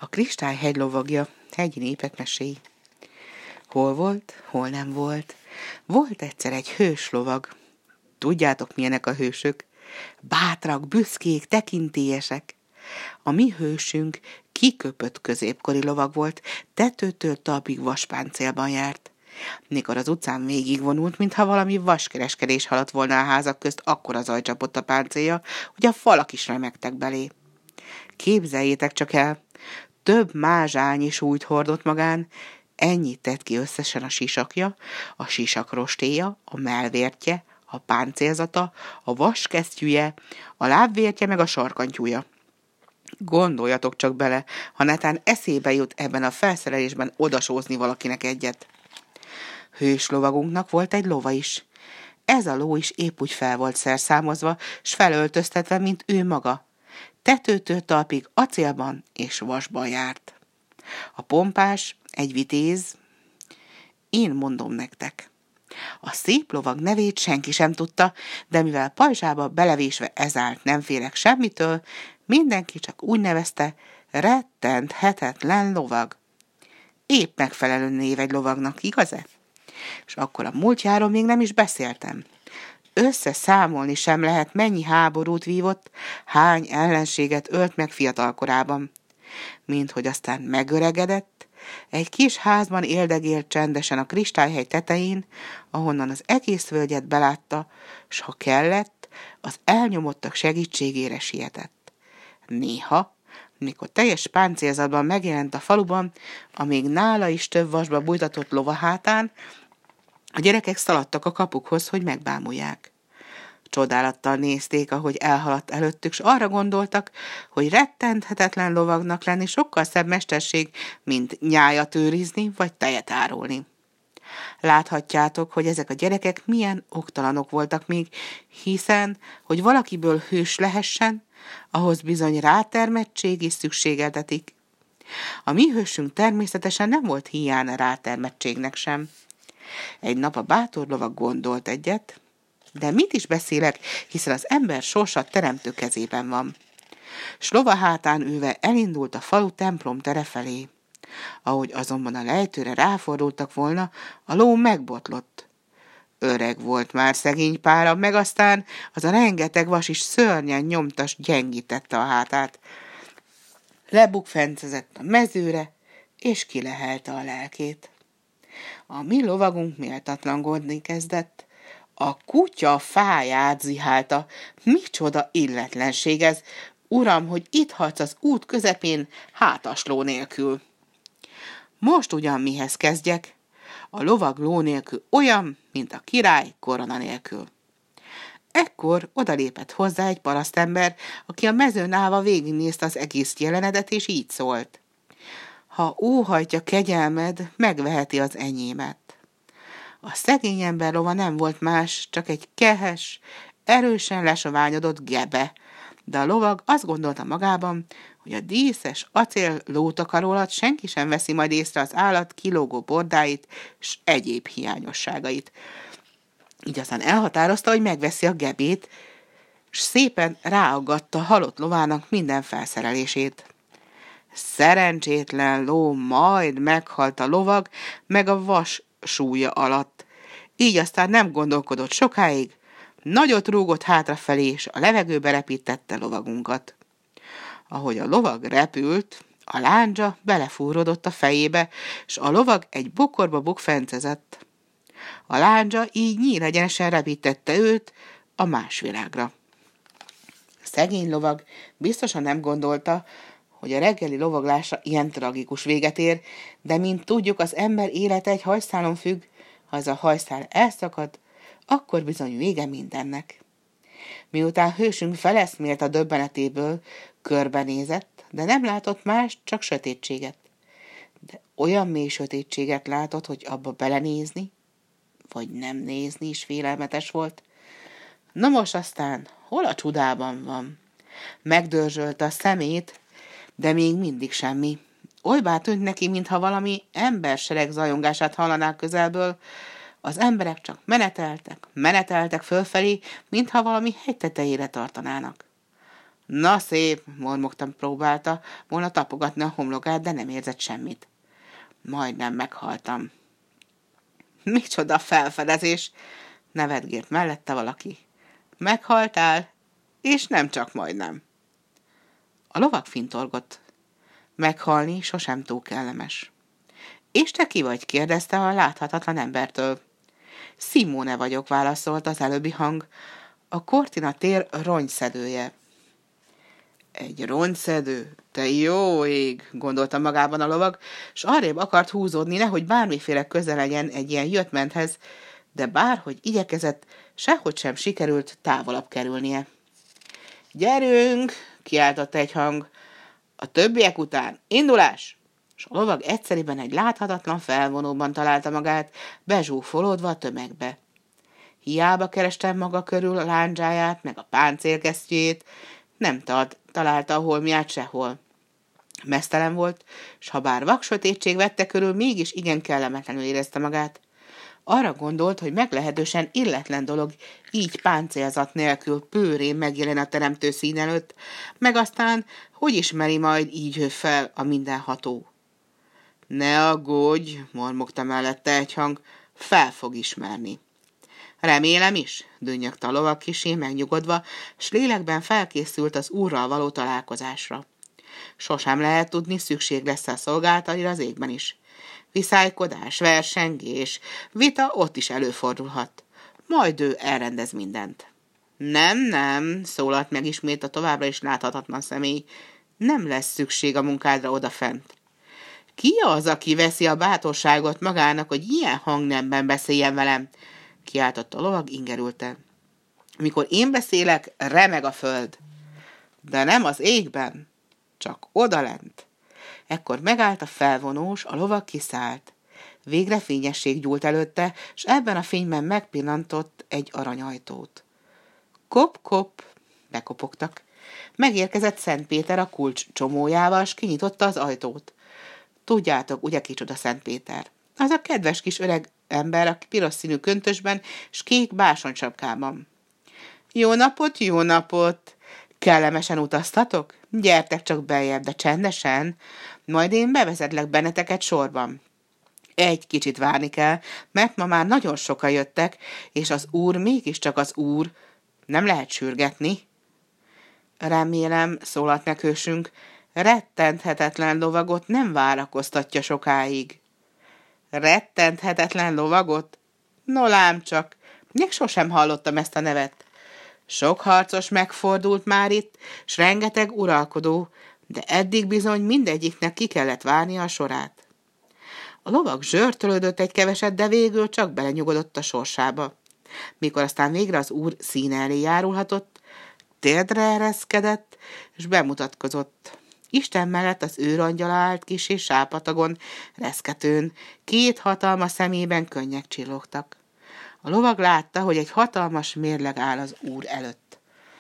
A kristályhegy lovagja, hegyi népek meséi. Hol volt, hol nem volt. Volt egyszer egy hős lovag. Tudjátok, milyenek a hősök? Bátrak, büszkék, tekintélyesek. A mi hősünk kiköpött középkori lovag volt, tetőtől talpig vaspáncélban járt. Mikor az utcán végigvonult, mintha valami vaskereskedés haladt volna a házak közt, akkora zaj csapott a páncélja, hogy a falak is remegtek belé. Képzeljétek csak el, több mázsányi súlyt hordott magán, ennyit tett ki összesen a sisakja, a sisakrostéja, a mellvértje, a páncélzata, a vaskesztyűje, a lábvértje meg a sarkantyúja. Gondoljatok csak bele, ha netán eszébe jut ebben a felszerelésben odasózni valakinek egyet. Hős lovagunknak volt egy lova is. Ez a ló is épp úgy fel volt szerszámozva, s felöltöztetve, mint ő maga. Tetőtől talpig acélban és vasban járt. A pompás, egy vitéz, én mondom nektek. A szép lovag nevét senki sem tudta, de mivel pajzsába belevésve ez állt, nem félek semmitől, mindenki csak úgy nevezte, rettenthetetlen lovag. Épp megfelelő név egy lovagnak, igaz-e? És akkor a múltjáról még nem is beszéltem. Összeszámolni sem lehet, mennyi háborút vívott, hány ellenséget ölt meg fiatalkorában. Minthogy aztán megöregedett, egy kis házban éldegélt csendesen a kristályhegy tetején, ahonnan az egész völgyet belátta, s ha kellett, az elnyomottak segítségére sietett. Néha, mikor teljes páncélzatban megjelent a faluban, a még nála is több vasba bújtatott lova hátán, a gyerekek szaladtak a kapukhoz, hogy megbámulják. Csodálattal nézték, ahogy elhaladt előttük, s arra gondoltak, hogy rettenthetetlen lovagnak lenni sokkal szebb mesterség, mint nyájat őrizni, vagy tejet árulni. Láthatjátok, hogy ezek a gyerekek milyen oktalanok voltak még, hiszen, hogy valakiből hős lehessen, ahhoz bizony rátermettség is szükségeltetik. A mi hősünk természetesen nem volt hiány a rátermettségnek sem. Egy nap a bátor lovag gondolt egyet, de mit is beszélek, hiszen az ember sorsa teremtő kezében van. S lova hátán ülve elindult a falu templom tere felé. Ahogy azonban a lejtőre ráfordultak volna, a ló megbotlott. Öreg volt már szegény pára, meg aztán az a rengeteg vas is szörnyen nyomtas gyengítette a hátát. Lebukfencezett a mezőre, és kilehelte a lelkét. A mi lovagunk méltatlankodni kezdett. A kutya fáját zihálta. Micsoda illetlenség ez! Uram, hogy itt hadsz az út közepén, hátasló nélkül. Most ugyan mihez kezdjek? A lovag ló nélkül olyan, mint a király korona nélkül. Ekkor odalépett hozzá egy parasztember, aki a mezőn állva végignézte az egész jelenetet, és így szólt. Ha óhajtja kegyelmed, megveheti az enyémet. A szegény ember lova nem volt más, csak egy kehes, erősen lesoványodott gebe, de a lovag azt gondolta magában, hogy a díszes acél lótakarólat senki sem veszi majd észre az állat kilógó bordáit s egyéb hiányosságait. Így aztán elhatározta, hogy megveszi a gebét, s szépen ráaggatta halott lovának minden felszerelését. Szerencsétlen ló, majd meghalt a lovag, meg a vas súlya alatt. Így aztán nem gondolkodott sokáig, nagyot rúgott hátrafelé, és a levegőbe repítette lovagunkat. Ahogy a lovag repült, a lándzsa belefúródott a fejébe, s a lovag egy bokorba bukfencezett. A lándzsa így nyílegyenesen repítette őt a más világra. A szegény lovag biztosan nem gondolta, hogy a reggeli lovaglásra ilyen tragikus véget ér, de mint tudjuk, az ember élete egy hajszálon függ, ha ez a hajszál elszakad, akkor bizony vége mindennek. Miután hősünk feleszmélt a döbbenetéből, körbenézett, de nem látott más, csak sötétséget. De olyan mély sötétséget látott, hogy abba belenézni, vagy nem nézni is félelmetes volt. Na most aztán, hol a csodában van? Megdörzsölte a szemét, de még mindig semmi. Olybá tűnt neki, mintha valami embersereg zajongását hallanák közelből. Az emberek csak meneteltek fölfelé, mintha valami hegy tetejére tartanának. Na szép, mormogtam, próbálta volna tapogatni a homlokát, de nem érzett semmit. Majdnem meghaltam. Micsoda felfedezés, nevetgélt mellette valaki. Meghaltál, és nem csak majdnem. A lovag fintorgott. Meghalni sosem túl kellemes. És te ki vagy? Kérdezte a láthatatlan embertől. Simone vagyok, válaszolt az előbbi hang. A Cortina tér rongyszedője. Egy rongyszedő? Te jó ég, gondolta magában a lovag, s arrébb akart húzódni, nehogy bármiféle köze legyen egy ilyen jöttmenthez, de bárhogy igyekezett, sehogy sem sikerült távolabb kerülnie. Gyerünk, kiáltott egy hang. A többiek után, indulás! S a lovag egyszeriben egy láthatatlan felvonóban találta magát, bezsúfolódva a tömegbe. Hiába kerestem maga körül a lándzsáját, meg a páncélkesztyűjét, nem találta a holmiát sehol. Meztelen volt, s ha bár vaksötétség vette körül, mégis igen kellemetlenül érezte magát. Arra gondolt, hogy meglehetősen illetlen dolog így páncélzat nélkül pőrén megjelen a teremtő szín előtt, meg aztán, hogy ismeri majd így fel a mindenható. Ne aggódj, mormogta mellette egy hang, fel fog ismerni. Remélem is, dünnyögte a lovag kissé megnyugodva, s lélekben felkészült az úrral való találkozásra. Sosem lehet tudni, szükség lesz a szolgáltaira az égben is. Viszálykodás, versengés, vita ott is előfordulhat. Majd ő elrendez mindent. Nem, szólalt meg ismét a továbbra is láthatatlan személy. Nem lesz szükség a munkádra odafent. Ki az, aki veszi a bátorságot magának, hogy ilyen hangnemben beszéljen velem? Kiáltott a lovag ingerülten. Mikor én beszélek, remeg a föld. De nem az égben, csak odalent. Ekkor megállt a felvonós, a lovag kiszállt. Végre fényesség gyúlt előtte, s ebben a fényben megpillantott egy aranyajtót. Kop-kop, bekopogtak. Megérkezett Szent Péter a kulcs csomójával, s kinyitotta az ajtót. Tudjátok, ugye kicsoda Szent Péter? Az a kedves kis öreg ember a piros színű köntösben, s kék bársonysapkában. Jó napot, jó napot! Kellemesen utaztatok? Gyertek csak beljebb, de csendesen, majd én bevezetlek benneteket sorban. Egy kicsit várni kell, mert ma már nagyon sokan jöttek, és az úr mégiscsak az úr. Nem lehet sürgetni. Remélem, szólalt meg hősünk, rettenthetetlen lovagot nem várakoztatja sokáig. Rettenthetetlen lovagot? No lám csak, még sosem hallottam ezt a nevet. Sok harcos megfordult már itt, s rengeteg uralkodó, de eddig bizony mindegyiknek ki kellett várnia a sorát. A lovag zsörtölődött egy keveset, de végül csak belenyugodott a sorsába. Mikor aztán végre az úr színe elé járulhatott, térdre ereszkedett, és bemutatkozott. Isten mellett az őrangyala állt kissé sápatagon, reszketőn, két hatalmas szemében könnyek csillogtak. A lovag látta, hogy egy hatalmas mérleg áll az úr előtt.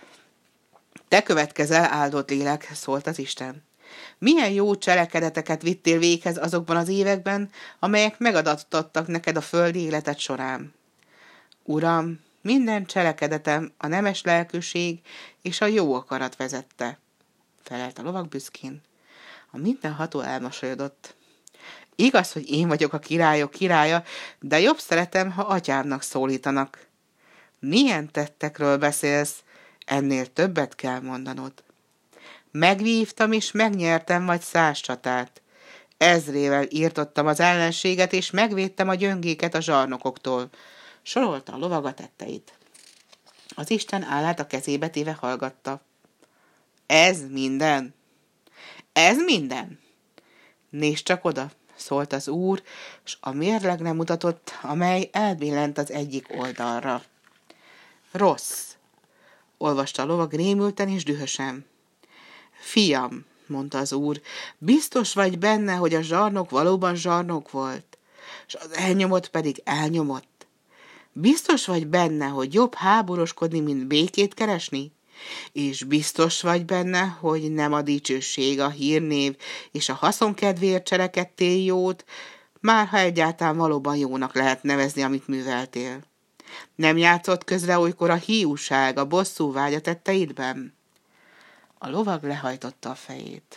Te következel, áldott lélek, szólt az Isten. Milyen jó cselekedeteket vittél véghez azokban az években, amelyek megadatottak neked a földi életed során. Uram, minden cselekedetem a nemes lelkűség és a jó akarat vezette, felelt a lovag büszkén. A mindenható elmosolyodott. Igaz, hogy én vagyok a királyok királya, de jobb szeretem, ha atyámnak szólítanak. Milyen tettekről beszélsz, ennél többet kell mondanod. Megvívtam és megnyertem vagy 100 csatát. Ezrével írtottam az ellenséget, és megvédtem a gyöngéket a zsarnokoktól. Sorolta a lovag a tetteit. Az Isten állát a kezébe téve hallgatta. Ez minden? Ez minden? Nézd csak oda, szólt az úr, s a mérlegre mutatott, amely elbillent az egyik oldalra. Rossz, olvasta a lovag rémülten és dühösen. Fiam, mondta az úr, biztos vagy benne, hogy a zsarnok valóban zsarnok volt, s az elnyomott pedig elnyomott? Biztos vagy benne, hogy jobb háboroskodni, mint békét keresni? És biztos vagy benne, hogy nem a dicsőség, a hírnév és a haszonkedvéért cselekedtél jót, már ha egyáltalán valóban jónak lehet nevezni, amit műveltél? Nem játszott közre olykor a hiúság, a bosszúvágy a tetteidben? A lovag lehajtotta a fejét.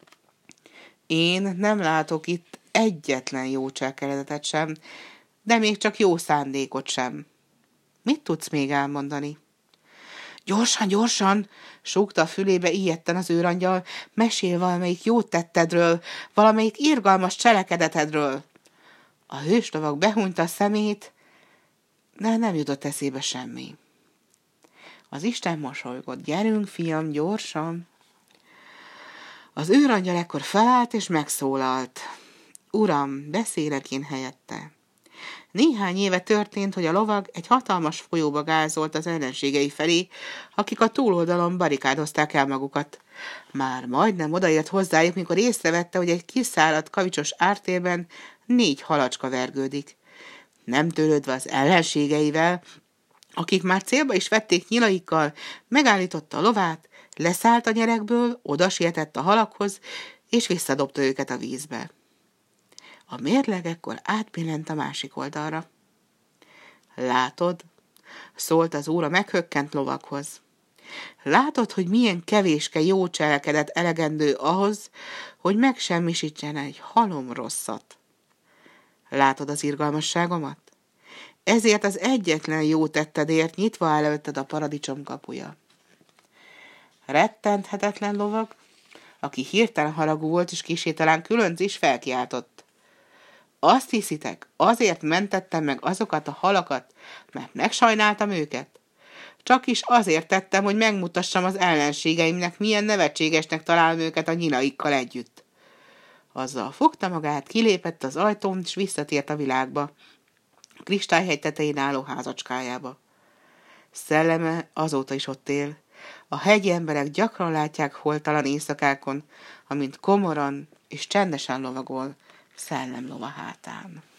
Én nem látok itt egyetlen jó cselekedetet sem, de még csak jó szándékot sem. Mit tudsz még elmondani? Gyorsan, gyorsan, súgta a fülébe ijedten az őrangyal, mesél valamelyik jót tettedről, valamelyik irgalmas cselekedetedről. A hőslovag behúnyta a szemét, de nem jutott eszébe semmi. Az Isten mosolygott, gyerünk, fiam, gyorsan. Az őrangyal ekkor felállt és megszólalt. Uram, beszélek én helyette. Néhány éve történt, hogy a lovag egy hatalmas folyóba gázolt az ellenségei felé, akik a túloldalon barikádozták el magukat. Már majdnem odaért hozzájuk, mikor észrevette, hogy egy kiszáradt kavicsos ártérben 4 halacska vergődik. Nem törődve az ellenségeivel, akik már célba is vették nyilaikkal, megállította a lovát, leszállt a nyerekből, odasietett a halakhoz, és visszadobta őket a vízbe. A mérleg ekkor átpillent a másik oldalra. Látod, szólt az úr a meghökkent lovaghoz. Látod, hogy milyen kevéske jó cselekedet elegendő ahhoz, hogy megsemmisítsen egy halom rosszat. Látod az irgalmasságomat? Ezért az egyetlen jó tettedért nyitva áll előtted a paradicsom kapuja. Rettenthetetlen lovag, aki hirtelen haragú volt és kissé talán különc is, felkiáltott. Azt hiszitek, azért mentettem meg azokat a halakat, mert megsajnáltam őket? Csak is azért tettem, hogy megmutassam az ellenségeimnek, milyen nevetségesnek találom őket a nyilaikkal együtt. Azzal fogta magát, kilépett az ajtón, és visszatért a világba, a kristályhegy tetején álló házacskájába. Szelleme azóta is ott él. A hegyi emberek gyakran látják holtalan éjszakákon, amint komoran és csendesen lovagol szellemlova hátán.